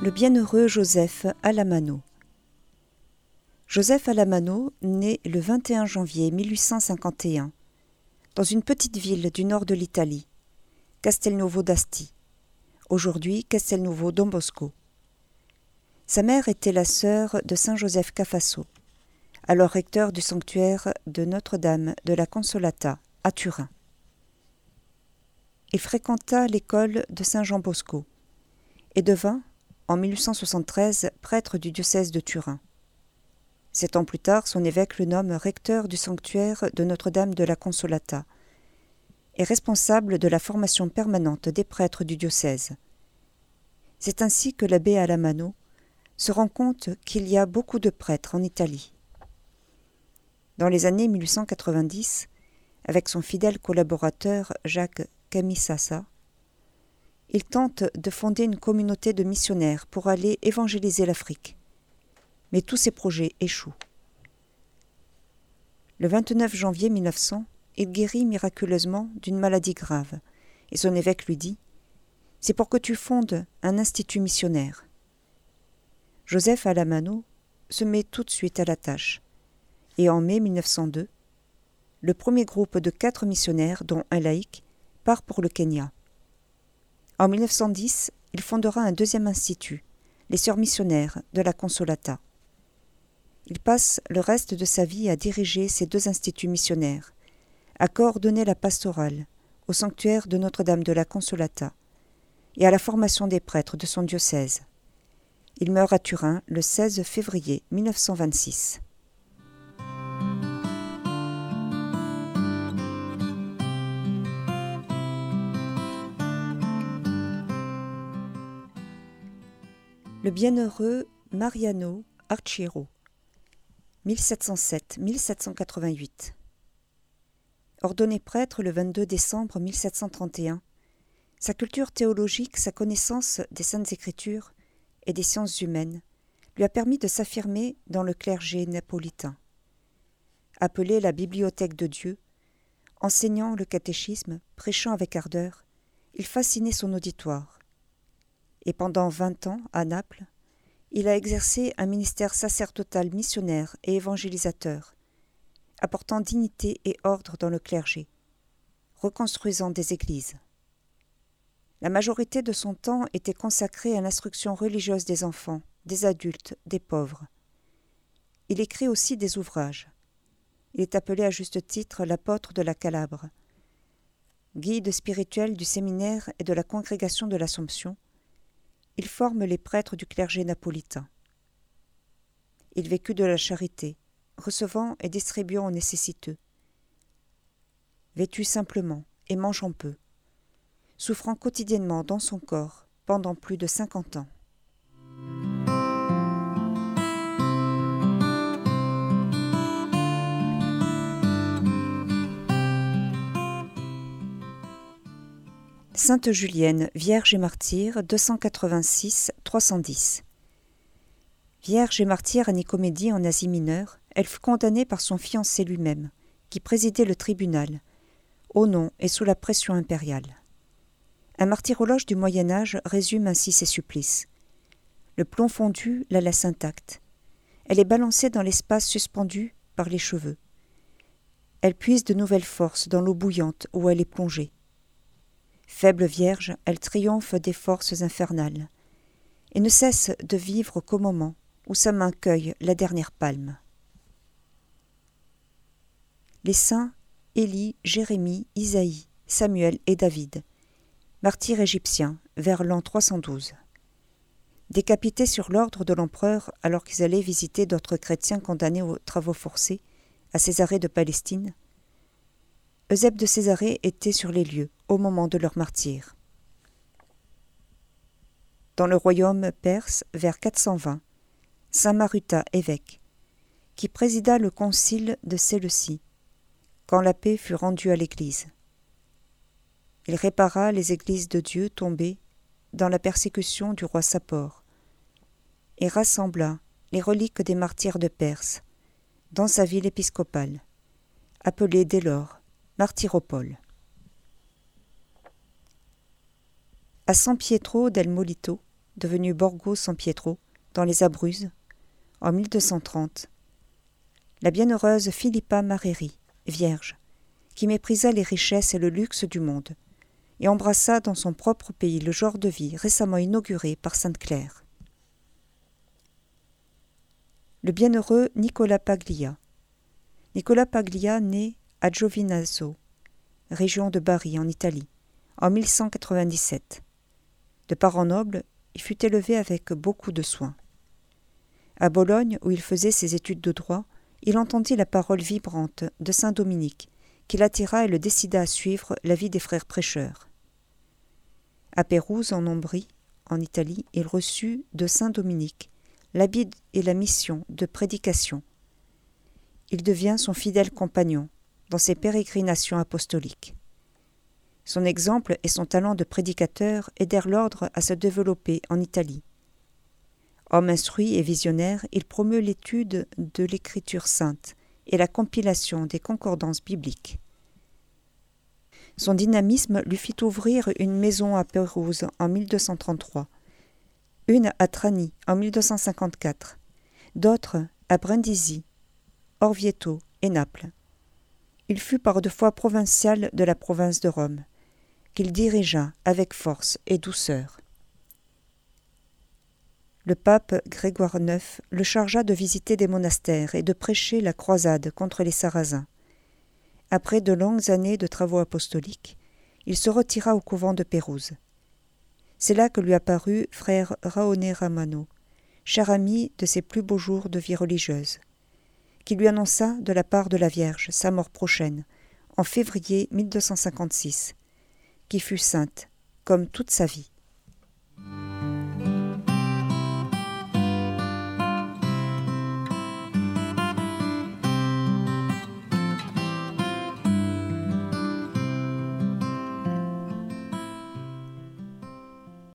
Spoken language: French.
Le bienheureux Joseph Alamano. Joseph Alamano naît le 21 janvier 1851 dans une petite ville du nord de l'Italie, Castelnuovo d'Asti, aujourd'hui Castelnuovo Don Bosco. Sa mère était la sœur de saint Joseph Cafasso, alors recteur du sanctuaire de Notre-Dame de la Consolata à Turin. Il fréquenta l'école de Saint Jean Bosco et devint, en 1873, prêtre du diocèse de Turin. 7 ans plus tard, son évêque le nomme recteur du sanctuaire de Notre-Dame de la Consolata et responsable de la formation permanente des prêtres du diocèse. C'est ainsi que l'abbé Alamano se rend compte qu'il y a beaucoup de prêtres en Italie. Dans les années 1890, avec son fidèle collaborateur Jacques Camisassa, il tente de fonder une communauté de missionnaires pour aller évangéliser l'Afrique. Mais tous ses projets échouent. Le 29 janvier 1900, il guérit miraculeusement d'une maladie grave, et son évêque lui dit « C'est pour que tu fondes un institut missionnaire ». Joseph Alamano se met tout de suite à la tâche, et en mai 1902, le premier groupe de 4 missionnaires, dont un laïc, part pour le Kenya. En 1910, il fondera un deuxième institut, les Sœurs missionnaires de la Consolata. Il passe le reste de sa vie à diriger ces 2 instituts missionnaires, à coordonner la pastorale au sanctuaire de Notre-Dame de la Consolata et à la formation des prêtres de son diocèse. Il meurt à Turin le 16 février 1926. Le bienheureux Mariano Arciero, 1707-1788. Ordonné prêtre le 22 décembre 1731, sa culture théologique, sa connaissance des Saintes Écritures et des sciences humaines lui a permis de s'affirmer dans le clergé napolitain. Appelé la bibliothèque de Dieu, enseignant le catéchisme, prêchant avec ardeur, il fascinait son auditoire. Et pendant 20 ans, à Naples, il a exercé un ministère sacerdotal missionnaire et évangélisateur, apportant dignité et ordre dans le clergé, reconstruisant des églises. La majorité de son temps était consacrée à l'instruction religieuse des enfants, des adultes, des pauvres. Il écrit aussi des ouvrages. Il est appelé à juste titre l'apôtre de la Calabre, guide spirituel du séminaire et de la congrégation de l'Assomption. Il forme les prêtres du clergé napolitain. Il vécut de la charité, recevant et distribuant aux nécessiteux. Vêtu simplement et mangeant peu, souffrant quotidiennement dans son corps pendant plus de 50 ans. Sainte Julienne, Vierge et martyre, 286-310. Vierge et martyre à Nicomédie en Asie mineure, elle fut condamnée par son fiancé lui-même, qui présidait le tribunal, au nom et sous la pression impériale. Un martyrologe du Moyen-Âge résume ainsi ses supplices. Le plomb fondu la laisse intacte. Elle est balancée dans l'espace suspendu par les cheveux. Elle puise de nouvelles forces dans l'eau bouillante où elle est plongée. Faible vierge, elle triomphe des forces infernales et ne cesse de vivre qu'au moment où sa main cueille la dernière palme. Les saints Élie, Jérémie, Isaïe, Samuel et David, martyrs égyptiens, vers l'an 312. Décapités sur l'ordre de l'empereur alors qu'ils allaient visiter d'autres chrétiens condamnés aux travaux forcés à Césarée de Palestine, Eusèbe de Césarée était sur les lieux au moment de leur martyre. Dans le royaume perse, vers 420, saint Maruta, évêque, qui présida le concile de Séleucie, quand la paix fut rendue à l'Église. Il répara les églises de Dieu tombées dans la persécution du roi Sapor et rassembla les reliques des martyrs de Perse dans sa ville épiscopale, appelée dès lors Martyropole. À San Pietro del Molito, devenu Borgo San Pietro, dans les Abruzzes, en 1230, la bienheureuse Filippa Mareri, vierge, qui méprisa les richesses et le luxe du monde, et embrassa dans son propre pays le genre de vie récemment inauguré par Sainte Claire. Le bienheureux Nicola Paglia. Nicola Paglia naît à Giovinazzo, région de Bari en Italie, en 1197. De parents nobles, il fut élevé avec beaucoup de soin. À Bologne, où il faisait ses études de droit, il entendit la parole vibrante de saint Dominique, qui l'attira et le décida à suivre la vie des frères prêcheurs. À Pérouse, en Ombrie, en Italie, il reçut de saint Dominique l'habit et la mission de prédication. Il devient son fidèle compagnon dans ses pérégrinations apostoliques. Son exemple et son talent de prédicateur aidèrent l'ordre à se développer en Italie. Homme instruit et visionnaire, il promeut l'étude de l'écriture sainte et la compilation des concordances bibliques. Son dynamisme lui fit ouvrir une maison à Pérouse en 1233, une à Trani en 1254, d'autres à Brindisi, Orvieto et Naples. Il fut par 2 fois provincial de la province de Rome, qu'il dirigea avec force et douceur. Le pape Grégoire IX le chargea de visiter des monastères et de prêcher la croisade contre les Sarrasins. Après de longues années de travaux apostoliques, il se retira au couvent de Pérouse. C'est là que lui apparut frère Raone Ramano, cher ami de ses plus beaux jours de vie religieuse, qui lui annonça de la part de la Vierge sa mort prochaine, en février 1256, qui fut sainte, comme toute sa vie.